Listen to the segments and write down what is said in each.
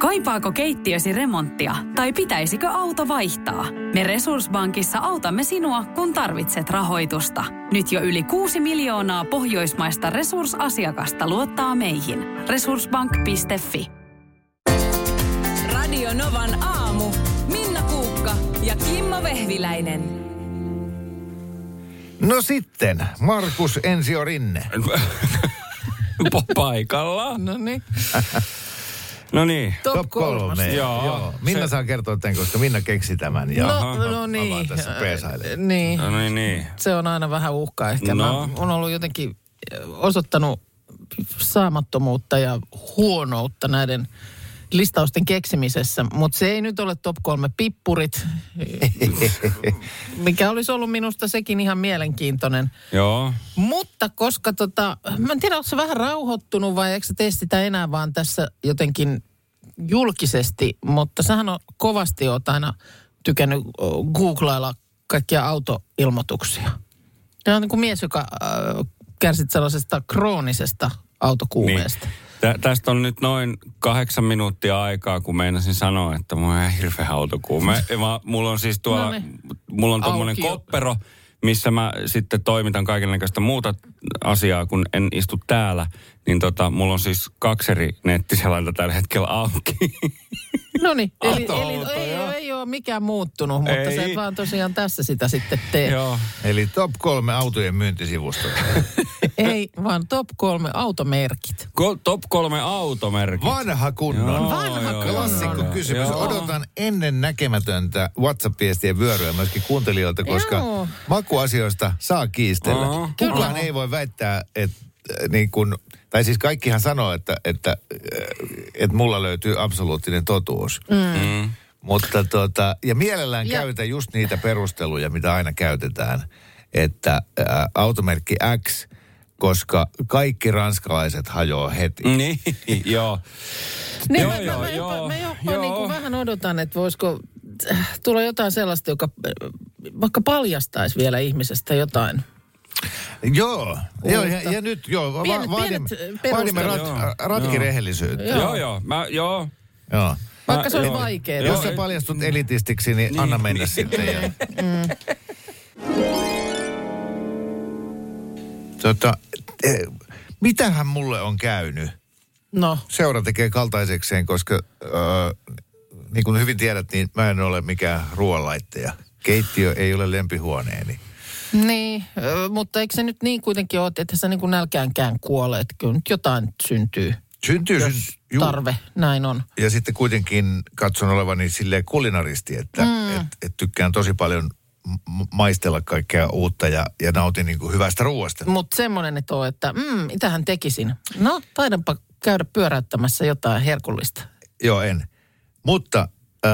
Kaipaako keittiösi remonttia tai pitäisikö auto vaihtaa? Me Resurssbankissa autamme sinua, kun tarvitset rahoitusta. Nyt jo yli 6 miljoonaa pohjoismaista resursasiakasta luottaa meihin. Resurssbank.fi. Radio Novan aamu. Minna Kuukka ja Kimmo Vehviläinen. No sitten, Markus Ensio Rinne. Paikalla. No niin. Top 3. Joo. Minna saa kertoa tämän, koska Minna keksi tämän. Ja no niin. Mä tässä peesailen. Niin. Se on aina vähän uhkaa ehkä. Mä oon ollut jotenkin osoittanut saamattomuutta ja huonoutta näiden listausten keksimisessä, mutta se ei nyt ole top 3 pippurit, mikä olisi ollut minusta sekin ihan mielenkiintoinen. Joo. Mutta koska mä en tiedä, onko se vähän rauhoittunut vai eikö sä tee sitä enää vaan tässä jotenkin julkisesti, mutta sähän on kovasti oot aina tykännyt googlailla kaikkia autoilmoituksia. Se on niin kuin mies, joka kärsit sellaisesta kroonisesta autokuumeesta. Niin. Tästä on nyt noin 8 minuuttia aikaa, kun meinasin sanoa, että mulla on hirveä autokuume. Mulla on siis mulla on tommonen koppero, missä mä sitten toimitan kaikennäköistä muuta asiaa, kun en istu täällä. Niin mulla on siis 2 eri nettiselainta tällä hetkellä auki. No niin, eli ei ole mikään muuttunut, mutta sä et vaan tosiaan tässä sitä sitten tee. Joo. Eli top 3 autojen myyntisivusto. Ei, vaan top 3 automerkit. Top 3 automerkit. Vanha kunnon. Klassikko kysymys. Odotan ennen näkemätöntä WhatsApp-viestien vyöryä myöskin kuuntelijoilta, koska makuasioista saa kiistellä. Kukaan ei voi väittää, että niin kun, tai siis kaikkihan sanoo, että mulla löytyy absoluuttinen totuus. Mutta ja mielellään käytän just niitä perusteluja, mitä aina käytetään, että automerkki X, koska kaikki ranskalaiset hajoaa heti. Niin, joo. Niin, mä jopa niin kuin vähän odotan, että voisiko tulla jotain sellaista, joka vaikka paljastaisi vielä ihmisestä jotain. Joo, ja nyt vaadimme ratkirehellisyyttä. Joo. Vaikka se olisi vaikeaa. Jos sä paljastut elitistiksi, niin anna mennä sitten. Mitähän mulle on käynyt? No. Seura tekee kaltaisekseen, koska niin kuin hyvin tiedät, niin mä en ole mikään ruoanlaittaja. Keittiö ei ole lempihuoneeni. Niin, mutta eikö se nyt niin kuitenkin ole, että sä niin kuin nälkäänkään kuolet? Kyllä nyt jotain syntyy. Jos tarve, näin on. Ja sitten kuitenkin katson olevani silleen kulinaristi, että et tykkään tosi paljon maistella kaikkea uutta ja nautin niin kuin hyvästä ruoasta. Mutta semmoinen, että on, että mitähän tekisin? No, taidanpa käydä pyöräyttämässä jotain herkullista. Joo, en. Mutta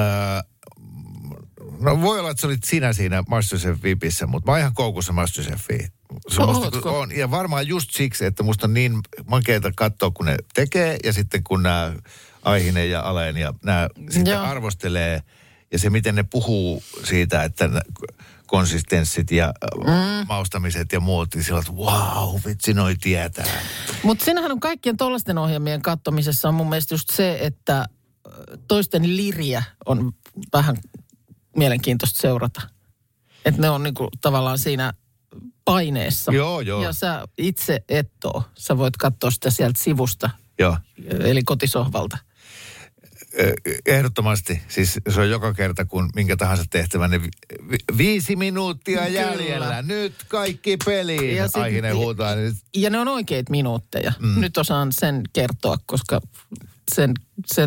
no voi olla, että sä olit sinä siinä MasterChef VIPissä, mutta mä oon ihan koukussa MasterChefiin. On, ja varmaan just siksi, että musta on niin makeata katsoa, kun ne tekee, ja sitten kun nämä Aihinen ja Alen ja nämä sitten arvostelee, ja se miten ne puhuu siitä, että konsistenssit ja maustamiset ja muut, niin sillä on, wow, vitsi, noi tietää. Mutta siinähän on kaikkien tollaisten ohjelmien katsomisessa on mun mielestä just se, että toisten liriä on vähän mielenkiintoista seurata. Että ne on niinku tavallaan siinä paineessa. Joo. Ja sä itse et oo. Sä voit katsoa sitä sieltä sivusta. Joo. Eli kotisohvalta. Ehdottomasti. Siis se on joka kerta, kun minkä tahansa tehtävän, ne 5 minuuttia jäljellä. Nyt kaikki peliin. Aihinen huutaa. Ja ne on oikeita minuutteja. Nyt osaan sen kertoa, koska sen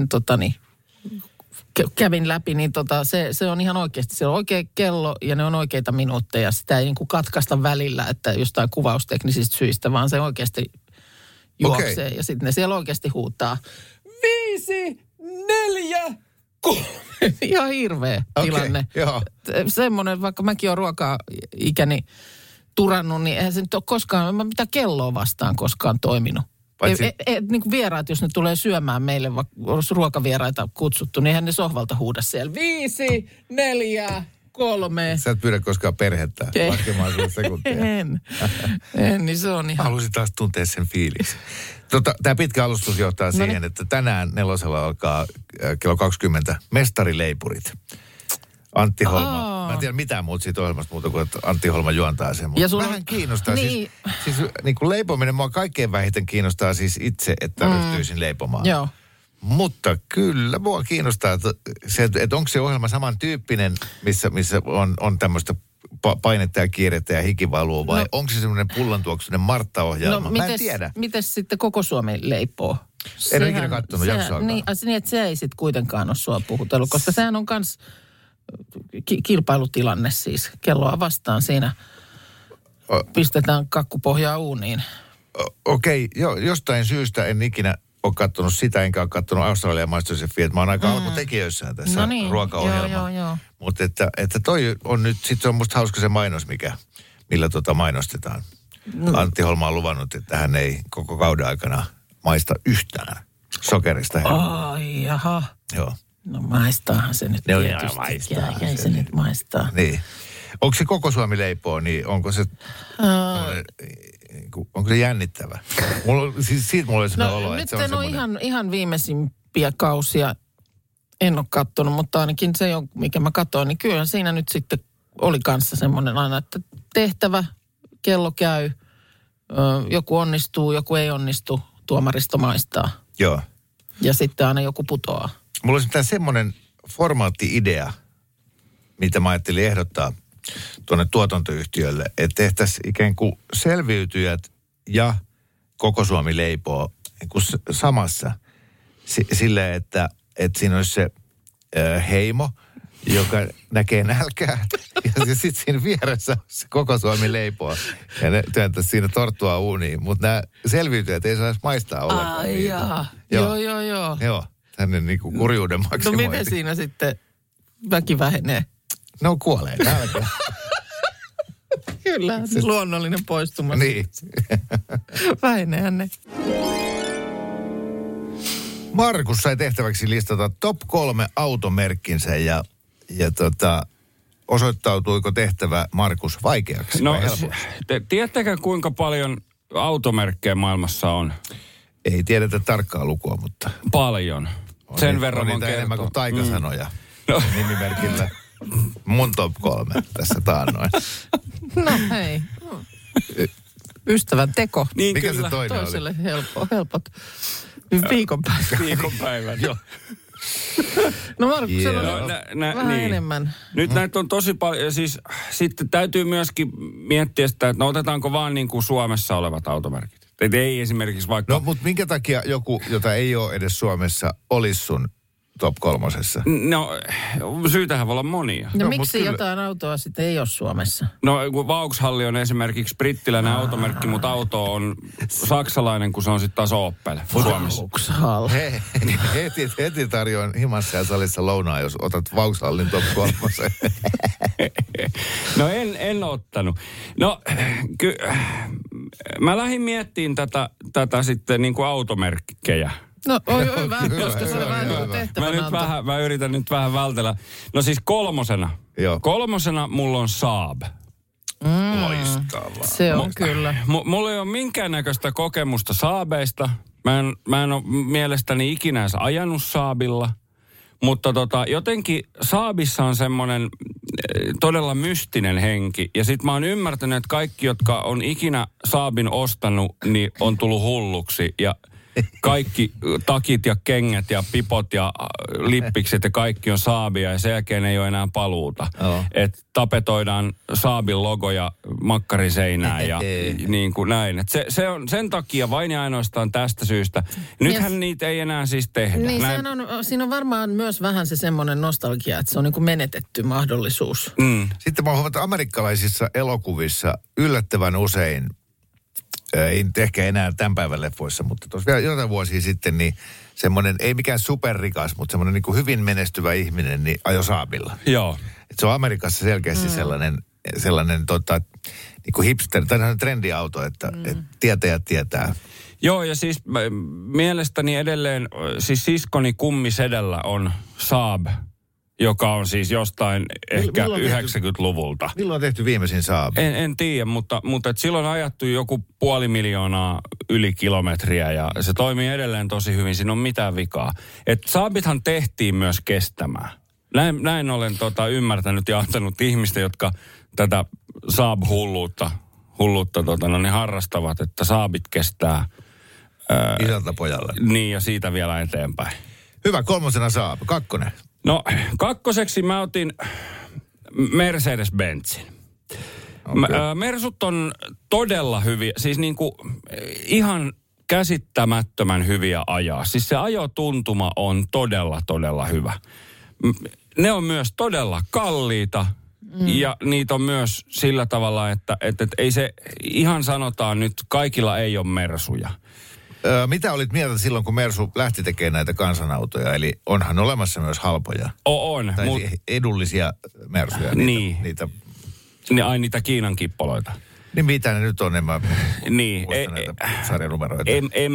kävin läpi, niin se on ihan oikeasti. Se on oikea kello ja ne on oikeita minuutteja. Sitä ei niin kuin katkaista välillä, että jostain kuvausteknisistä syistä, vaan se oikeasti juoksee. Ja sitten ne siellä oikeasti huutaa 5, 4, 3. Ihan hirveä tilanne. Semmoinen, vaikka mäkin olen ruoka-ikäni turannut, niin eihän se nyt ole koskaan, mitä kelloa vastaan koskaan toiminut. Niin kuin vieraat, jos ne tulee syömään meille, vaikka olisi ruokavieraita kutsuttu, niin eihän ne sohvalta huuda siellä 5, 4, 3. Sä et pyydä koskaan perhettä laskemaan sulle sekuntia. En, niin se on ihan... Haluaisin taas tuntea sen fiiliksi. Tämä pitkä alustus johtaa siihen, että tänään 4 alkaa kello 20 Mestarileipurit. Antti Holma. Mä en tiedä mitään muuta siitä ohjelmasta muuta kuin, että Antti Holma juontaa sen. Mutta vähän kiinnostaa. Niin. Siis niin kuin leipominen mua kaikkein vähiten kiinnostaa siis itse, että ryhtyisin leipomaan. Joo. Mutta kyllä mua kiinnostaa, että onko se ohjelma samantyyppinen, missä on tämmöistä painetta ja kiirettä ja hikivalua, vai onko se semmoinen pullantuoksuinen Martta-ohjelma? Mä en tiedä. Mites sitten koko Suomi leipoo? En ole ikinä katsonut jaksoakaan. Niin, että se ei sitten kuitenkaan ole sua puhutellut, koska sehän on kans kilpailutilanne siis. Kelloa vastaan siinä pistetään kakkupohjaa uuniin. Okei, jostain syystä en ikinä ole katsonut sitä, enkä ole katsonut Australian MasterChefia, että mä oon aika alkutekijöissään tässä ruokaohjelmassa. Joo. Mutta että toi on nyt, sit se on musta hauska se mainos, millä mainostetaan. Antti Holma on luvannut, että hän ei koko kauden aikana maista yhtään sokerista hermoa. Ai, jaha. Joo. No maistaahan se nyt tietysti. Jäi se nyt maistaa. Niin. Onko se koko Suomi leipoo, niin onko se... Onko se jännittävä? Siitä mulla oli sellainen olo, että se on semmoinen... Nyt en ole ihan viimeisimpiä kausia en ole kattonut, mutta ainakin se, mikä mä katsoin, niin kyllä siinä nyt sitten oli kanssa semmoinen aina, että tehtävä, kello käy, joku onnistuu, joku ei onnistu, tuomaristo maistaa. Joo. Ja sitten aina joku putoaa. Mulla olisi semmoinen formaatti-idea, mitä mä ajattelin ehdottaa tuonne tuotantoyhtiölle, että tehtäisiin ikään kuin selviytyjät ja koko Suomi leipoo niin kuin samassa. Silleen, että siinä olisi se heimo, joka näkee nälkää. Ja sitten siinä vieressä se koko Suomi leipoo. Ja ne työntäisi siinä torttua uuniin. Mutta nämä selviytyjät ei saisi maistaa ollenkaan. Ai jaa. Joo. Joo, tänne niin kuin kurjuuden maksimointi. No miten siinä sitten väki vähenee? No kuolee nälkä. Kyllä, luonnollinen poistuma. Niin. Vähenehän ne. Markus sai tehtäväksi listata top 3 automerkkinsä ja osoittautuiko tehtävä Markus vaikeaksi? No, tiedättekö kuinka paljon automerkkejä maailmassa on? Ei tiedetä tarkkaa lukua, mutta... Paljon. Sen verran on enemmän kuin taikasanoja nimimerkillä. Mun top 3 tässä taannoin. No hei. Ystävän teko. Niin mikä kyllä. Se toinen toiselle oli? helpot. Viikonpäivä. Viikonpäivä, joo. No Markus, se on vähän niin. enemmän. Nyt näitä on tosi paljon. Siis sitten täytyy myöskin miettiä sitä, että otetaanko vaan niin kuin Suomessa olevat automerkit. Että ei esimerkiksi vaikka... No, mutta minkä takia joku, jota ei ole edes Suomessa, olisi sun top 3? No, syytähän voi olla monia. No miksi jotain autoa sitten ei ole Suomessa? No, kun Vauxhall on esimerkiksi brittiläinen automerkki, mutta auto on saksalainen, kun se on sitten taas Opel Suomessa. Vauxhall. Heti tarjoan himassa ja salissa lounaa, jos otat Vauxhallin top 3. No en ottanut. No, mä lähdin miettimään tätä sitten niin kuin automerkkejä. No, hyvä, koska se on vähän niin tehtävänä. Mä yritän nyt vähän vältellä. No siis 3. Joo. 3 mulla on Saab. Loistavaa. Se on kyllä. Mulla ei ole minkäännäköistä kokemusta Saabeista. Mä en ole mielestäni ikinä edes ajanut Saabilla. Mutta jotenkin Saabissa on semmoinen todella mystinen henki. Ja sit mä oon ymmärtänyt, että kaikki, jotka on ikinä Saabin ostanut, niin on tullut hulluksi. Ja kaikki takit ja kengät ja pipot ja lippikset ja kaikki on Saabia ja sen jälkeen ei ole enää paluuta. Että tapetoidaan Saabin logoja makkariseinään ja niin kuin näin. Et se on sen takia vain ja ainoastaan tästä syystä. Nythän niitä ei enää siis tehdä. Niin siinä on varmaan myös vähän se semmoinen nostalgia, että se on niin kuin menetetty mahdollisuus. Sitten mä huomaan, että amerikkalaisissa elokuvissa yllättävän usein ei ehkä enää tämän päivän leffoissa, mutta tuossa vielä jotain vuosia sitten, niin semmoinen, ei mikään superrikas, mutta semmoinen niin kuin hyvin menestyvä ihminen, niin ajo Saabilla. Joo. Et se on Amerikassa selkeästi sellainen niin kuin hipster, tai trendiauto, että tietäjät tietää. Joo, ja siis mielestäni edelleen, siis siskoni kummisedällä on Saab joka on siis jostain ehkä 90-luvulta. Milloin on tehty viimeisin Saab? En tiedä, mutta et silloin on ajattu joku 500,000 yli kilometriä ja se toimii edelleen tosi hyvin. Siinä on mitään vikaa. Et Saabithan tehtiin myös kestämään. Näin olen ymmärtänyt ja antanut ihmistä, jotka tätä Saab-hulluutta harrastavat, että Saabit kestää isältä pojalle. Niin, ja siitä vielä eteenpäin. Hyvä, 3. Saab. 2. No, 2. mä otin Mercedes-Benzin. Okay. Mersut on todella hyviä, siis niinku ihan käsittämättömän hyviä ajaa. Siis se ajotuntuma on todella, todella hyvä. Ne on myös todella kalliita ja niitä on myös sillä tavalla, että ei se ihan sanotaan nyt, kaikilla ei ole Mersuja. Mitä olit mieltä silloin, kun Mersu lähti tekemään näitä kansanautoja? Eli onhan olemassa myös halpoja. On. Tai edullisia Mersuja. Niitä Kiinan kippoloita. Niin mitä ne nyt on? En mä muista näitä sarjanumeroita.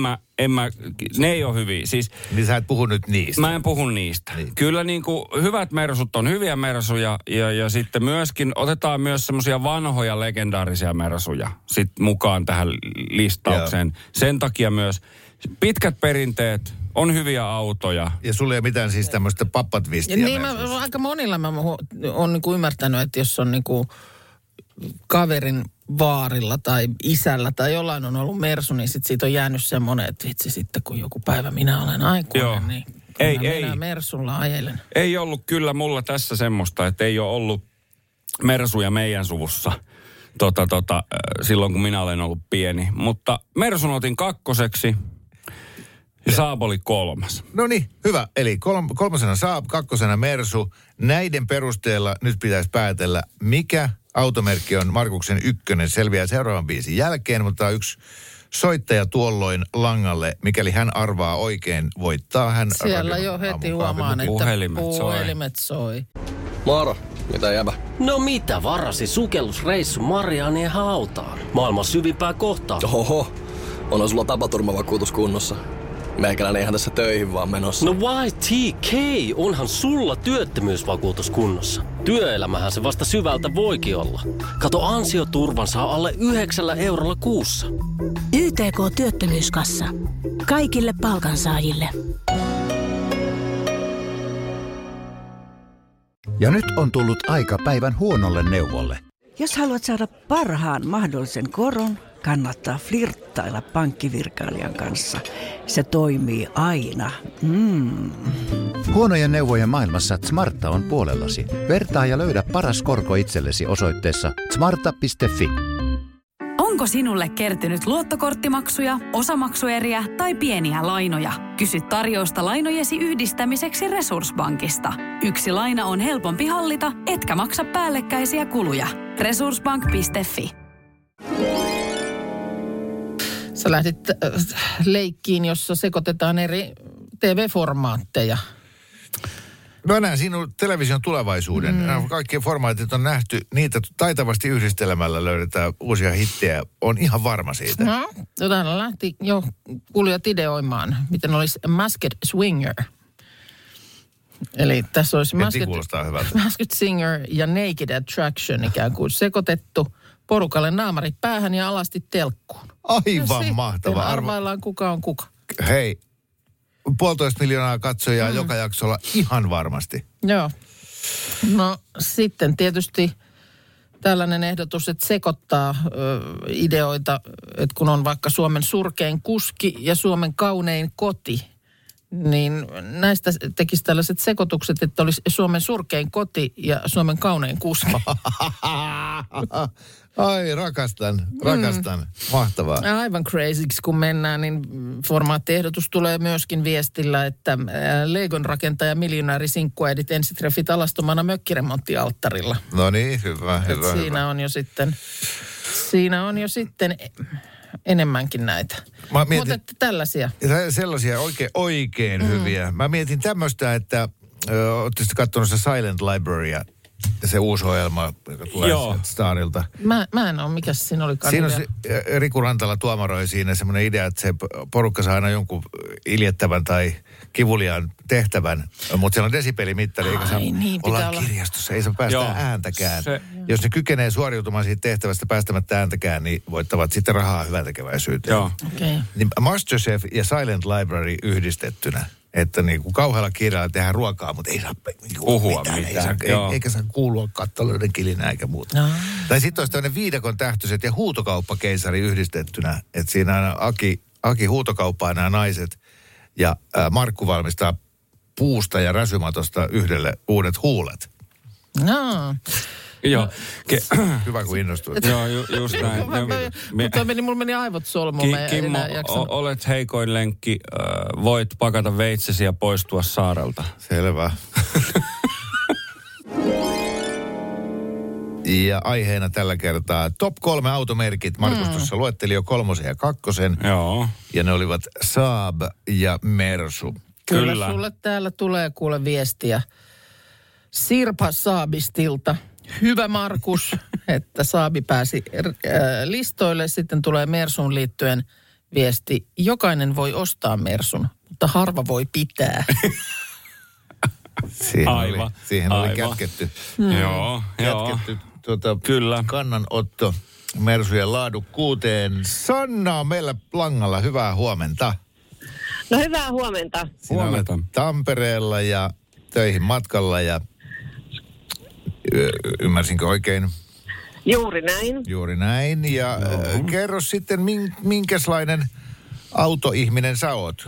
Ne ei ole hyviä. Siis, niin sä et puhu nyt niistä. Mä en puhu niistä. Niin. Kyllä niinku hyvät Mersut on hyviä Mersuja ja sitten myöskin otetaan myös semmoisia vanhoja legendaarisia Mersuja sitten mukaan tähän listaukseen. Joo. Sen takia myös pitkät perinteet, on hyviä autoja. Ja sulla ei ole mitään siis tämmöistä pappatvistiä. Niin aika monilla mä oon niinku ymmärtänyt, että jos on niinku kaverin vaarilla tai isällä tai jollain on ollut Mersu, niin sit siitä on jäänyt semmoinen, että vitsi sitten kun joku päivä minä olen aikuinen, joo, niin minä Mersulla ajelen. Ei ollut kyllä mulla tässä semmoista, että ei ole ollut Mersuja meidän suvussa silloin kun minä olen ollut pieni. Mutta Mersun otin 2. ja Saab oli 3. No niin, hyvä. Eli 3. Saab, 2. Mersu. Näiden perusteella nyt pitäisi päätellä, mikä automerkki on Markuksen 1. Selviää seuraavan biisin jälkeen, mutta yksi soittaja tuolloin langalle, mikäli hän arvaa oikein, voittaa hän. Siellä jo heti huomaan, että puhelimet soi. Moro, mitä jäbä? No mitä varasi sukellusreissu Marianien hautaan? Maailman syvimpää kohtaa. Oho, onhan sulla tapaturmavakuutus kunnossa. Meikäläinen ihan tässä töihin vaan menossa. No YTK, onhan sulla työttömyysvakuutus kunnossa. Työelämähän se vasta syvältä voikin olla. Kato, ansioturvan saa alle 9 eurolla kuussa. YTK Työttömyyskassa. Kaikille palkansaajille. Ja nyt on tullut aika päivän huonolle neuvolle. Jos haluat saada parhaan mahdollisen koron, kannattaa flirttailla pankkivirkailijan kanssa. Se toimii aina. Huonojen neuvojen maailmassa Smarta on puolellasi. Vertaa ja löydä paras korko itsellesi osoitteessa smarta.fi. Onko sinulle kertynyt luottokorttimaksuja, osamaksueriä tai pieniä lainoja? Kysy tarjousta lainojesi yhdistämiseksi Resurssbankista. Yksi laina on helpompi hallita, etkä maksa päällekkäisiä kuluja. Resurssbank.fi. Sä lähdit leikkiin, jossa sekoitetaan eri TV-formaatteja. No näin, siinä on television tulevaisuuden. Kaikki formaatit on nähty, niitä taitavasti yhdistelemällä löydetään uusia hittejä. On ihan varma siitä. No, täällä lähti jo kuulijat ideoimaan, miten olisi Masked Swinger. Eli tässä olisi Masked Singer ja Naked Attraction ikään kuin sekoitettu. Porukalle naamarit päähän ja alasti telkkuun. Aivan mahtavaa. Arvaillaan kuka on kuka. Hei, 1,5 miljoonaa katsojaa joka jaksolla ihan varmasti. Joo. No sitten tietysti tällainen ehdotus, että sekoittaa ideoita, että kun on vaikka Suomen surkein kuski ja Suomen kaunein koti, niin näistä tekisi tällaiset sekoitukset, että olisi Suomen surkein koti ja Suomen kaunein kuski. Ai, rakastan. Mahtavaa. Aivan crazyksi kun mennään, niin formaattiehdotus tulee myöskin viestillä, että Legon rakentaja miljonääri sinkkuäidit ensitreffit alastomana mökkiremonttialttarilla. No niin, hyvä. Siinä on jo sitten enemmänkin näitä. Mutta tällaisia. Sellaisia oikein hyviä. Mä mietin tämmöistä, että ootte sitten katsonut se Silent Librarya, se uusi ohjelma, joka tulee Starilta. Mä en ole, mikä siinä oli? Siinä on Riku Rantala tuomaroi siinä semmoinen idea, että se porukka saa aina jonkun iljettävän tai kivuliaan tehtävän, mutta siellä on desibelimittari, eikä saa olla kirjastossa, ei saa päästä ääntäkään. Jos ne kykenee suoriutumaan siitä tehtävästä päästämättä ääntäkään, niin voittavat sitten rahaa hyväntekeväisyyteen. Okay. Niin MasterChef ja Silent Library yhdistettynä, että niin kuin kauhealla kiireellä tehdään ruokaa, mutta ei saa puhua mitään. Eikä saa kuulua kattaloiden kilinää eikä muuta. No. Tai sitten olisi tämmöinen viidakon tähtöiset ja huutokauppakeisari yhdistettynä, että siinä aina Aki huutokauppaa nämä naiset ja Markku valmistaa puusta ja räsymatosta yhdelle uudet huulet. No. Joo. Hyvä, kun innostuit. Joo, just näin. Mutta mulla meni aivot solmuun. Kimmo, olet heikoin lenkki. Voit pakata veitsesi ja poistua saarelta. Selvä. Ja aiheena tällä kertaa top 3 automerkit. Markus tuossa luetteli jo 3 ja 2. Joo. Ja ne olivat Saab ja Mersu. Kyllä. Sulle täällä tulee kuule viestiä Sirpa Saabistilta. Hyvä Markus, että Saabi pääsi listoille. Sitten tulee Mersun liittyen viesti. Jokainen voi ostaa Mersun, mutta harva voi pitää. Siihen oli kätketty. Joo. Kyllä. Kannanotto Mersujen laadukkuuteen. Sanna on meillä langalla. Hyvää huomenta. No hyvää huomenta. Sinä olet Tampereella ja töihin matkalla ja ymmärsinkö oikein? Juuri näin. Ja kerro sitten, minkälainen autoihminen sä oot?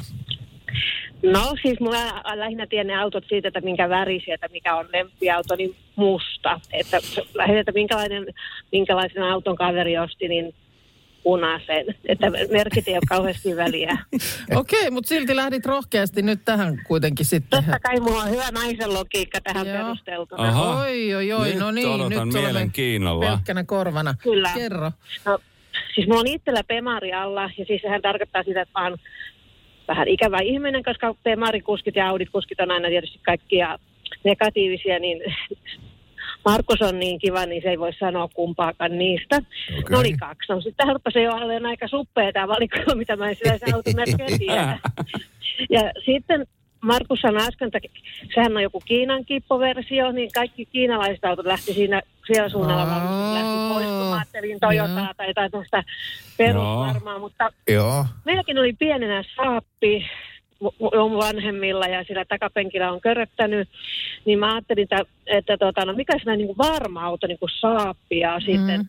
No siis mulla lähinnä tiedän autot siitä, että minkä värisiä, että mikä on lempiauto, niin musta. Että lähinnä, että minkälaisen auton kaveri osti, niin punaisen. Että merkit ei ole kauheasti väliä. Okei, mutta silti lähdit rohkeasti nyt tähän kuitenkin sitten. Totta kai mulla on hyvä naisen logiikka tähän perusteltuna. Aha. Oi. No niin, odotan nyt mielenkiinnolla. Pelkkänä korvana. Kyllä. Kerro. No, siis mulla on itsellä Pemari alla, ja siis sehän tarkoittaa sitä, että mä oon vähän ikävä ihminen, koska Pemari-kuskit ja Audit-kuskit on aina tietysti kaikkia negatiivisia, niin Markus on niin kiva, niin se ei voi sanoa kumpaakaan niistä. Okay. No oli 2. No sitten se jo olen aika suppea tämä valikoima, mitä mä en sillä automerkkejä tiedä. Ja sitten Markus sanoi äsken, että sehän on joku Kiinan kippoversio, niin kaikki kiinalaiset autot lähti siellä suunnalla lähti pois, kun mä ajattelin Toyotaa tai jotain tuosta perusvarmaa, mutta meilläkin oli pienenä Saappi on vanhemmilla ja sillä takapenkillä on köröttänyt, niin mä ajattelin, että mikä se niin kuin varma auto, niin kuin Saappi ja sitten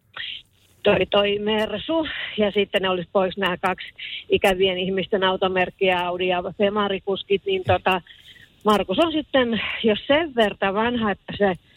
toi Mersu, ja sitten ne olisi pois nämä 2 ikävien ihmisten automerkkiä, Audi ja Pemari-kuskit, niin Markus on sitten, jos sen verran vanha, että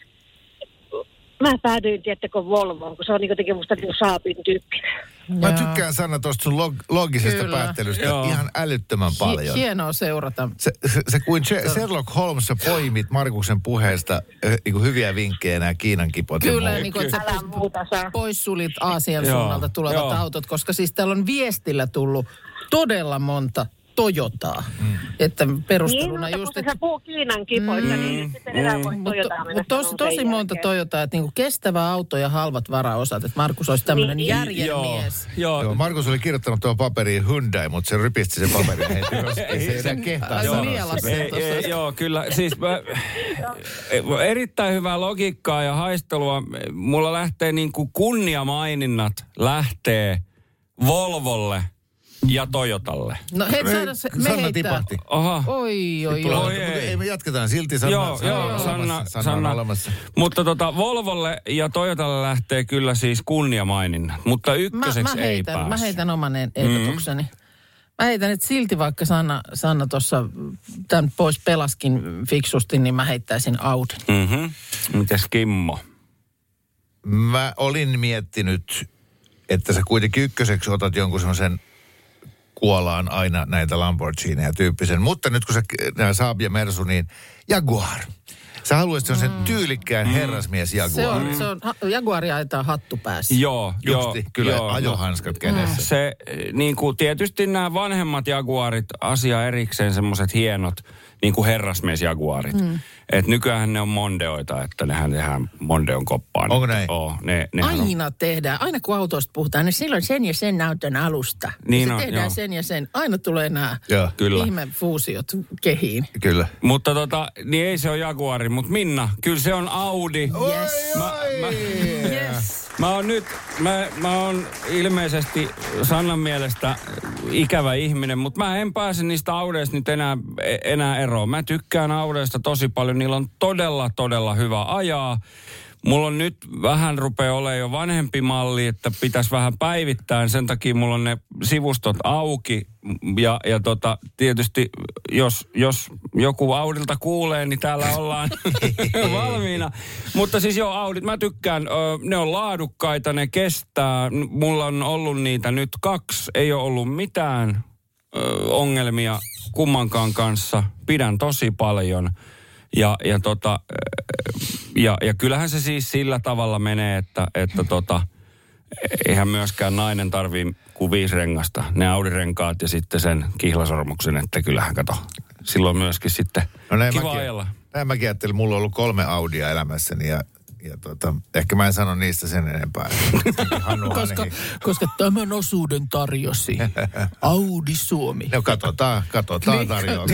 mä päädyin, tiettäkö, Volvoon, kun se on jotenkin musta niin Saapin tyyppinen. Mä tykkään Sanna tuosta sun logisesta päättelystä ihan älyttömän paljon. Hienoa seurata. Se kuin Sherlock Holmes poimit Markuksen puheesta niin hyviä vinkkejä nämä Kiinan kipot. Kyllä, niin kuin, että sä poissulit Aasian suunnalta tulevat autot, koska siis täällä on viestillä tullut todella monta Toyotaa. Että perusteluna niin, just, että sä puhuu Kiinan kipoista, niin sitten enää voi Toyotaa mennä. Mutta tosi monta Toyotaa, että niinku kestävä auto ja halvat varaosat. Että Markus olisi tämmöinen järjen mies. Joo, Markus oli kirjoittanut tuohon paperiin Hyundai, mutta se rypisti sen paperin heti. Ei se enää kehtaa sanoa. Joo, kyllä. Siis erittäin hyvää logiikkaa ja haistelua. Mulla lähtee niinku kunniamaininnat lähtee Volvolle ja Toyotalle. No hei, Sanna tipahti. Aha. Oi. Ei, me jatketaan silti. Sanna olemassa. Mutta Volvolle ja Toyotalle lähtee kyllä siis kunniamaininnat, mutta ykköseksi ei pääse. Mä heitän oman ehdotukseni. Mä heitän, että silti vaikka Sanna tuossa tämän pois pelaskin fiksusti, niin mä heittäisin Audin. Mites Kimmo? Mä olin miettinyt, että sä kuitenkin ykköseksi otat jonkun semmoisen kuolaan aina näitä Lamborghineja tyyppisen. Mutta nyt kun sä Saab ja Mersu, niin Jaguar. Sä haluaisit sen tyylikkään herrasmies Jaguarin. Se on Jaguari ajetaan hattu päässä. Joo. Kyllä ajohanskat kädessä. Se niin kuin tietysti nämä vanhemmat Jaguarit, asia erikseen semmoiset hienot niin kuin herrasmies-jaguarit. Et nykyään ne on mondeoita, että nehän tehdään mondeon koppaan. Onko näin? Aina tehdään. Aina kun autosta puhutaan, niin silloin sen ja sen auton alusta. Niin on, tehdään sen ja sen. Aina tulee nämä ihme fuusiot kehiin. Kyllä. Mutta niin ei se ole Jaguari, mutta Minna, kyllä se on Audi. Yes. Mä oon ilmeisesti Sannan mielestä ikävä ihminen, mutta mä en pääse niistä Audeista nyt enää eroon. Mä tykkään Audeista tosi paljon. Niillä on todella hyvä ajaa. Mulla on nyt vähän rupeaa olemaan jo vanhempi malli, että pitäisi vähän päivittää. Sen takia mulla on ne sivustot auki. Ja tietysti jos joku Audilta kuulee, niin täällä ollaan valmiina. Mutta siis Audit, mä tykkään. Ne on laadukkaita, ne kestää. Mulla on ollut niitä nyt 2. Ei ole ollut mitään ongelmia kummankaan kanssa. Pidän tosi paljon. Ja kyllähän se siis sillä tavalla menee, että eihän myöskään nainen tarvii kuin 5 rengasta. Ne Audi-renkaat ja sitten sen kihlasormuksen, että kyllähän kato. Silloin myöskin sitten kiva ajalla. Näin mäkin ajattelin, mulla on ollut 3 Audia elämässäni ja ehkä mä en sano niistä sen enempää. koska tämän osuuden tarjosi Audi Suomi. No katsotaan tarjoaa.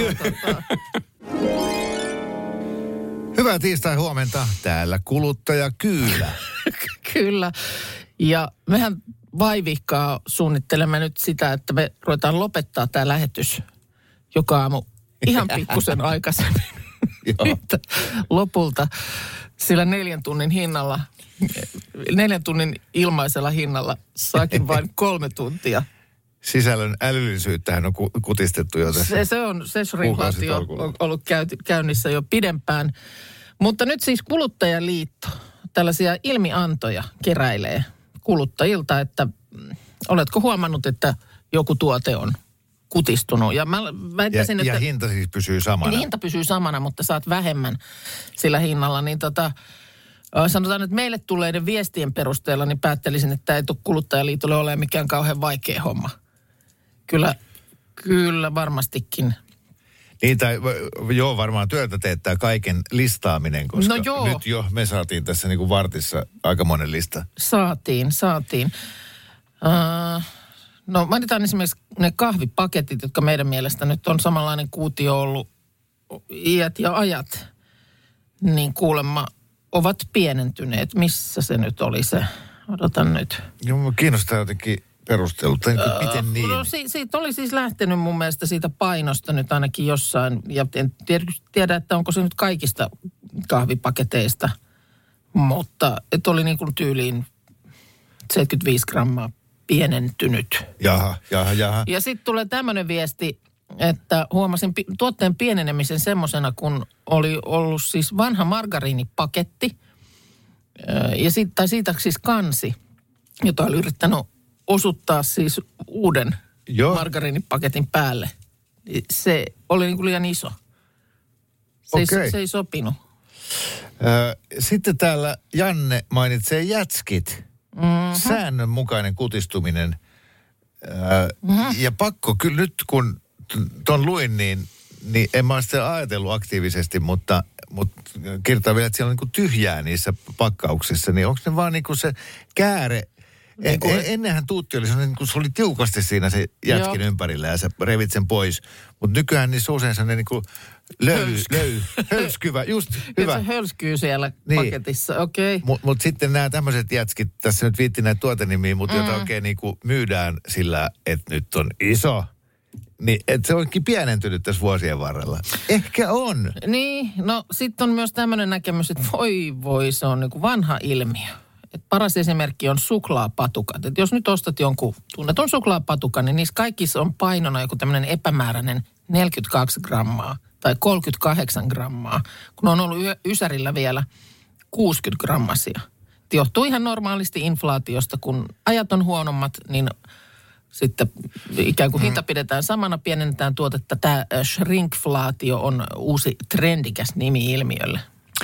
Hyvää tiistai huomenta. Täällä kuluttaja Kyylä. Kyllä. Ja mehän vaivihkaa suunnittelemme nyt sitä, että me ruvetaan lopettaa tämä lähetys joka aamu ihan pikkusen aikaisemmin. Lopulta sillä 4 tunnin hinnalla, 4 tunnin ilmaisella hinnalla saakin vain 3 tuntia. Sisällön älyllisyyttähän on kutistettu jo tässä. Se shrinklaatio on ollut käynnissä jo pidempään. Mutta nyt siis Kuluttajaliitto tällaisia ilmiantoja keräilee kuluttajilta, että oletko huomannut, että joku tuote on kutistunut. Ja mä väittäisin, että hinta siis pysyy samana. Niin, hinta pysyy samana, mutta saat vähemmän sillä hinnalla. Niin sanotaan, että meille tulleiden viestien perusteella, niin päättelisin, että ei tule Kuluttajaliitolle ole mikään kauhean vaikea homma. Kyllä varmastikin. Niin, tai varmaan työtä teettää kaiken listaaminen, koska nyt jo me saatiin tässä niin kuin vartissa aikamoinen lista. Saatiin. Mainitaan esimerkiksi ne kahvipaketit, jotka meidän mielestä nyt on samanlainen kuutio ollut iät ja ajat, niin kuulemma ovat pienentyneet. Missä se nyt oli se? Odotan nyt. Joo, kiinnostaa jotenkin perustelut. Miten niin? No siitä oli siis lähtenyt mun mielestä siitä painosta nyt ainakin jossain. Ja en tiedä, että onko se nyt kaikista kahvipaketeista. Mutta että oli niin kuin tyyliin 75 grammaa pienentynyt. Jaha. Ja sitten tulee tämmöinen viesti, että huomasin tuotteen pienenemisen semmosena, kun oli ollut siis vanha margariinipaketti. Ja siitä siis kansi, jota oli yrittänyt osuttaa siis uuden margariinipaketin päälle. Se oli niin kuin liian iso. Se ei sopinut. Sitten täällä Janne mainitsee jätskit. Säännönmukainen kutistuminen. Ja pakko, kyllä nyt kun ton luin, niin en mä ole sitä ajatellut aktiivisesti, mutta kertaa vielä, että siellä on niin kuin tyhjää niissä pakkauksissa. Niin onko ne vaan niin kuin se kääre? Ennenhän tuutti oli sellainen, kun se oli tiukasti siinä se jätkin ympärillä ja sä revit sen pois. Mutta nykyään niissä usein sellainen niin kuin hölskyvä, just hyvä. Se hölskyy siellä paketissa, okei. Mutta sitten nämä tämmöiset jätskit, tässä nyt viitti näitä tuotenimiä, mutta jota oikein niin kuin myydään sillä, että nyt on iso. Niin, että se onkin pienentynyt tässä vuosien varrella. Ehkä on. Niin, no sitten on myös tämmöinen näkemys, että voi, se on niin kuin vanha ilmiö. Et paras esimerkki on suklaapatukat. Et jos nyt ostat jonkun tunnetun suklaapatukan, niin niissä kaikissa on painona joku tämmöinen epämääräinen 42 grammaa tai 38 grammaa, kun on ollut ysärillä vielä 60 grammasia. Et johtuu ihan normaalisti inflaatiosta, kun ajat on huonommat, niin sitten ikään kuin hinta pidetään samana, pienennetään tuotetta. Tämä shrinkflaatio on uusi trendikäs nimi ilmiölle.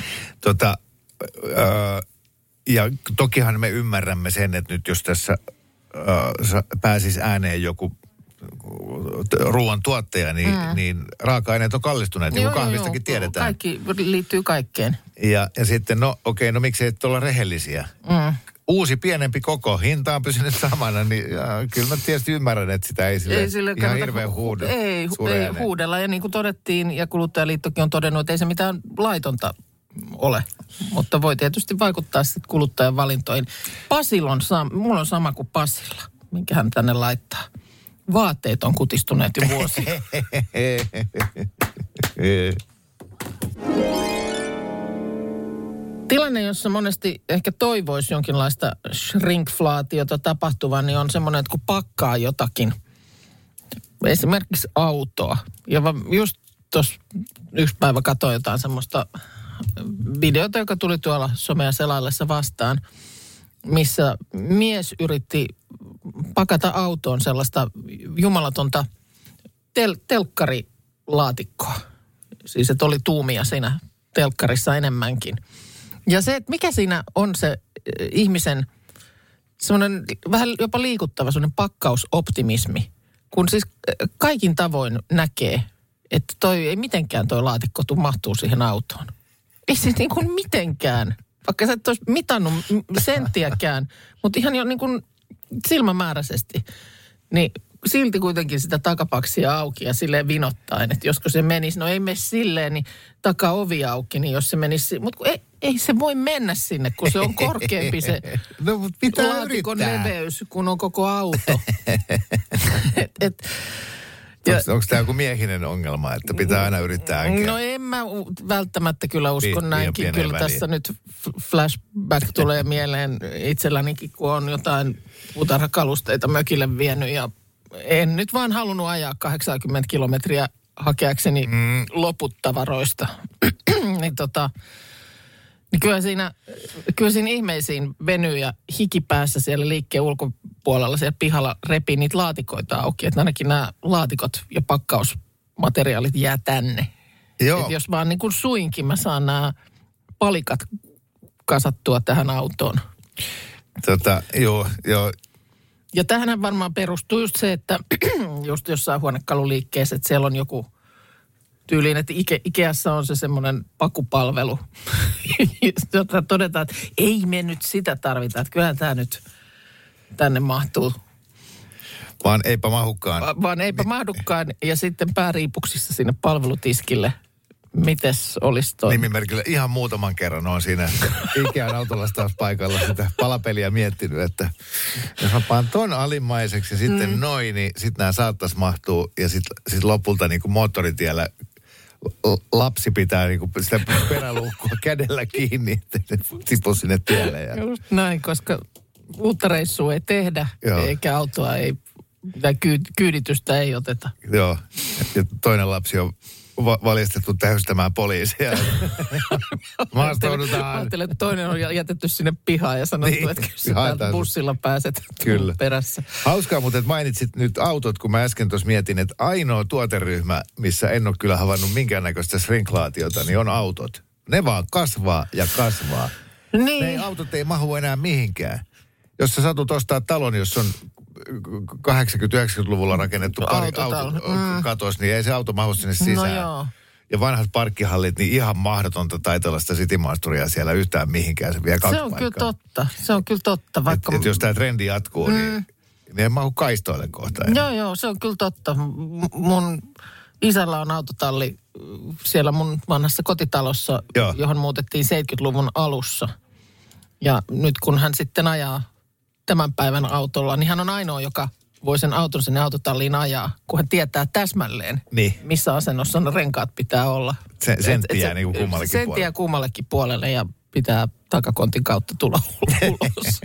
Ja tokihan me ymmärrämme sen, että nyt jos tässä pääsisi ääneen joku ruoan tuottaja, niin raaka-aineet on kallistuneet, niin kuin kahvistakin tiedetään. Kaikki liittyy kaikkeen. Ja sitten, no miksei et olla rehellisiä. Uusi pienempi koko, hinta on pysynyt samana, niin kyllä mä tietysti ymmärrän, että sitä ei sille ihan hirveän huudella. Ei huudella, ja niin kuin todettiin, ja Kuluttajaliittokin on todennut, että ei se mitään laitonta ole. Mutta voi tietysti vaikuttaa sitten kuluttajan valintoihin. Mulla on sama kuin Pasilla, minkä hän tänne laittaa. Vaatteet on kutistuneet jo vuosia. Tilanne, jossa monesti ehkä toivoisi jonkinlaista shrinkflaatiota tapahtuvan, niin on semmoinen, että kun pakkaa jotakin, esimerkiksi autoa. Ja just tuossa yksi päivä katsoin jotain semmoista videota, joka tuli tuolla somea selaillessa vastaan, missä mies yritti pakata autoon sellaista jumalatonta telkkarilaatikkoa. Siis, että oli tuumia siinä telkkarissa enemmänkin. Ja se, että mikä siinä on se ihmisen semmoinen vähän jopa liikuttava semmoinen pakkausoptimismi, kun siis kaikin tavoin näkee, että ei mitenkään toi laatikko mahtuu siihen autoon. Ei siis niin kuin mitenkään, vaikka sä et olisi mitannut senttiäkään, mutta ihan jo niin kuin silmämääräisesti, niin silti kuitenkin sitä takapaksia auki ja silleen vinottaen, että josko se menisi, no ei mene silleen, niin takaovi auki, niin jos se menisi, mutta ei se voi mennä sinne, kun se on korkeampi se laatikon leveys, kun on koko auto. Onko tämä joku miehinen ongelma, että pitää aina yrittää äänkeä? No en mä välttämättä kyllä usko näinkin. Kyllä väliin. Tässä nyt flashback tulee mieleen itsellänikin, kun on jotain puutarhakalusteita mökille vienyt ja en nyt vaan halunnut ajaa 80 kilometriä hakeakseni loput tavaroista. niin kyllä siinä ihmeisiin venyy ja hiki päässä siellä liikkeen ulkopuolella siellä pihalla repii niitä laatikoita auki. Että ainakin nämä laatikot ja pakkausmateriaalit jää tänne. Joo. Et jos vaan niin kuin suinkin mä saan nämä palikat kasattua tähän autoon. Joo. Ja tähän varmaan perustuu just se, että just jossain huonekaluliikkeessä, että siellä on joku tyyliin, että Ikeassa on se semmoinen pakupalvelu, jota todetaan, että ei me nyt sitä tarvita, että kyllähän tämä nyt tänne mahtuu. Vaan eipä mahdukaan. Vaan eipä mahdukaan ja sitten pääriipuksissa sinne palvelutiskille. Mites olisi toi? Nimimerkillä ihan muutaman kerran on siinä Ikean autolastauspaikalla sitä palapeliä miettinyt, että jos mä paan ton alimmaiseksi ja sitten noin, niin sitten nämä saattaisi mahtua ja sitten lopulta niin kuin moottoritiellä lapsi pitää niin kuin sitä peräluukkua kädellä kiinni, että ne tipu sinne tielle. Ja... Just näin, koska uutta reissua ei tehdä, eikä autoa ei, tai kyyditystä ei oteta. Joo, ja toinen lapsi on valjastettu täystämään poliisia. Maastoudutaan. Ajattelin, että toinen on jätetty sinne pihaan ja sanottu, niin, että täältä bussilla pääset kyllä perässä. Hauskaa, mutta että mainitsit nyt autot, kun mä äsken tuossa mietin, että ainoa tuoteryhmä, missä en ole kyllä havainnut minkäännäköistä shrinklaatiota, niin on autot. Ne vaan kasvaa ja kasvaa. Niin. Ne autot ei mahu enää mihinkään. Jos sä satut ostaa talon, jos on 80-90-luvulla rakennettu katos, niin ei se auto mahdu sinne sisään. No joo. Ja vanhat parkkihallit, niin ihan mahdotonta taitella sitä citymaasturia siellä yhtään mihinkään. Se vie 2 paikkaa. Se on kyllä totta. Vaikka... Et jos tämä trendi jatkuu, niin ei mahdu kaistoille kohta. Joo, se on kyllä totta. Mun isällä on autotalli siellä mun vanhassa kotitalossa, johon muutettiin 70-luvun alussa. Ja nyt kun hän sitten ajaa tämän päivän autolla, niin hän on ainoa, joka voi sen auton sinne autotalliin ajaa, kun hän tietää täsmälleen, missä asennossa ne renkaat pitää olla. Senttiä niin kuin kummallekin puolelle. Senttiä kummallekin puolelle ja pitää takakontin kautta tulla ulos.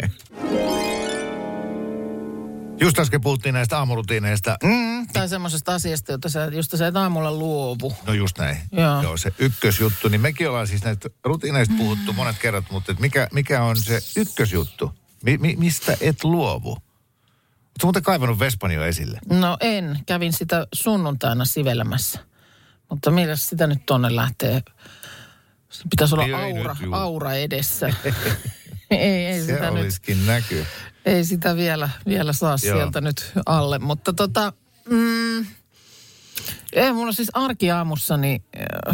Just äsken puhuttiin näistä aamurutiineista. Tai semmoisesta asiasta, josta sä et aamulla luovu. No just näin. Joo, se ykkösjuttu. Niin mekin ollaan siis näistä rutiineista puhuttu monet kerrat, mutta mikä on se ykkösjuttu? Mistä et luovu? Oletko muuten kaivannut Vespan jo esille? No en. Kävin sitä sunnuntaina sivelemässä. Mutta millä sitä nyt tonne lähtee? Se pitäisi olla aura edessä. ei se sitä olisikin näky. Ei sitä vielä saa sieltä nyt alle. Mutta Ei, mulla on siis arkiaamussa, niin...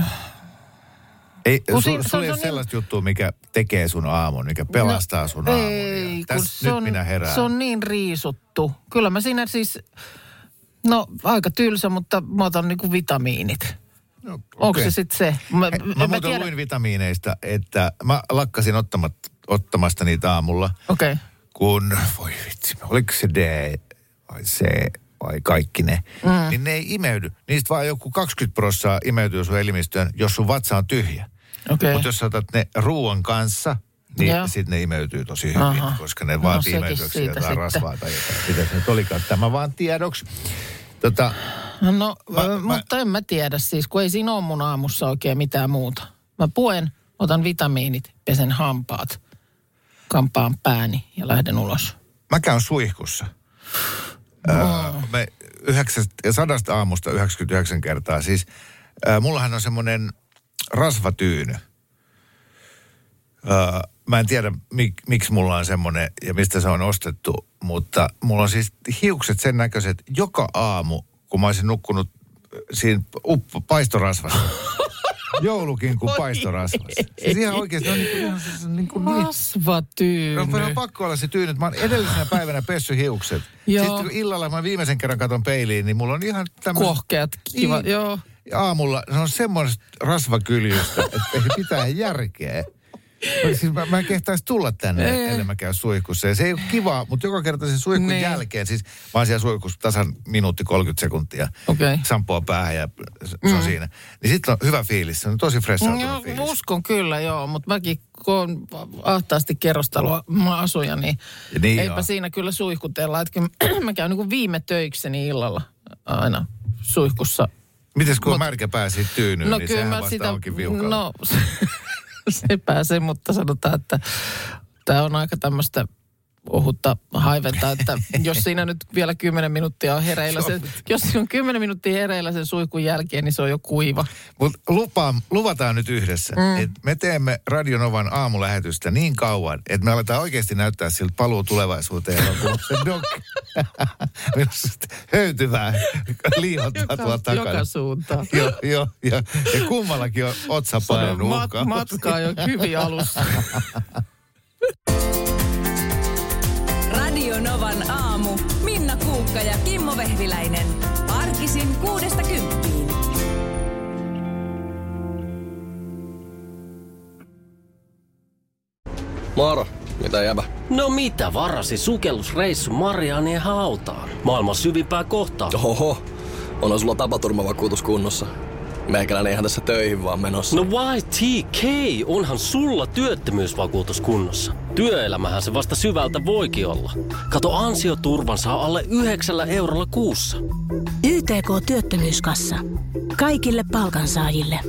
Ei, sulla ei ole sellaista juttua, mikä tekee sun aamun, mikä pelastaa sun aamun. Ei, tässä nyt minä herään. Se on niin riisuttu. Kyllä mä siinä siis, aika tylsä, mutta mä otan niinku vitamiinit. No, okay. Onko se sitten se? Mä muuten luin vitamiineista, että mä lakkasin ottamasta niitä aamulla. Okei. Okay. Kun, voi vitsi, oliko se D vai C vai kaikki ne, niin ne ei imeydy. Niistä vaan joku 20% imeytyy sun elimistöön, jos sun vatsa on tyhjä. Okay. Mutta jos sä otat ne ruoan kanssa, niin sitten ne imeytyy tosi hyvin, koska ne vaatii imeytyksiä jotain rasvaa tai jotain. Mitä se nyt olikaan? Tämä vaan tiedoksi. Mutta en mä tiedä siis, kun ei siinä ole mun aamussa oikein mitään muuta. Mä puen, otan vitamiinit, pesen hampaat, kampaan pääni ja lähden ulos. Mä käyn suihkussa. Me 100 aamusta 99 kertaa. Siis mullahan on semmoinen rasvatyyny. Mä en tiedä, miksi mulla on semmoinen ja mistä se on ostettu, mutta mulla on siis hiukset sen näköiset joka aamu, kun mä olisin nukkunut siinä paistorasvassa. Joulukin kuin paistorasvassa. Siis ihan oikeasti on niin kuin rasvatyyny. On pakko olla se tyyny, että mä oon edellisenä päivänä pessy hiukset. Sitten kun illalla mä viimeisen kerran katon peiliin, niin mulla on ihan tämmöinen... Kohkeat, kiva, joo. Aamulla se on semmoista rasvakyljystä, että ei pitää järkeä. Siis mä en kehtaisi tulla tänne, ellei mä käy suihkussa. Ja se ei ole kivaa, mutta joka kerta sen suihkun jälkeen, siis mä oon siellä suihkussa tasan minuutti 30 sekuntia. Okay. Sampoa päähän ja se on siinä. Niin sitten on hyvä fiilis, se on tosi freshautunut fiilis. Uskon kyllä, joo, mutta mäkin kun on ahtaasti kerrostalua mä asuja, niin eipä siinä kyllä suihkutella. Että mä käyn niin kuin viime töikseni illalla aina suihkussa. Mites kun on märkä pää siitä tyynyyn, niin sehän vasta sitä, onkin viukalla. No, se pääsee, mutta sanotaan, että tämä on aika tämmöistä ohutta haiventa, että jos siinä nyt vielä 10 minuuttia on hereillä, jos on 10 minuuttia hereillä sen suihkun jälkeen, niin se on jo kuiva. Mutta luvataan nyt yhdessä, että me teemme Radio Novan aamulähetystä niin kauan, että me aletaan oikeasti näyttää siltä paluu tulevaisuuteen, kun se höytyvää liihottaa tuolla takana. Joka suuntaan. Joo. Ja kummallakin on otsapainun uhkaa. Matkaa jo kyvi alussa. Radio Novan aamu. Minna Kuukka ja Kimmo Vehviläinen. Arkisin 6–10. Moro, mitä jäbä? No mitä varasi sukellusreissu Marianien hautaan? Maailman syvimpää kohtaa. Oho, onhan sulla tapaturmavakuutus kunnossa. Meikäläinen ihan tässä töihin vaan menossa. No YTK, onhan sulla työttömyysvakuutus kunnossa. Työelämähän se vasta syvältä voikin olla. Kato, ansioturvan saa alle 9 eurolla kuussa. YTK Työttömyyskassa. Kaikille palkansaajille.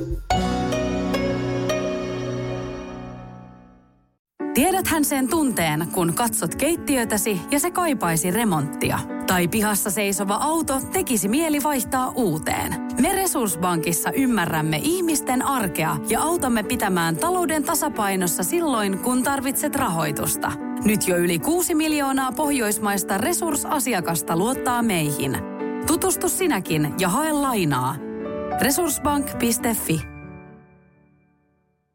Tiedäthän sen tunteen, kun katsot keittiötäsi ja se kaipaisi remonttia. Tai pihassa seisova auto tekisi mieli vaihtaa uuteen. Me Resursbankissa ymmärrämme ihmisten arkea ja autamme pitämään talouden tasapainossa silloin, kun tarvitset rahoitusta. Nyt jo yli 6 miljoonaa pohjoismaista resursasiakasta luottaa meihin. Tutustu sinäkin ja hae lainaa. Resursbank.fi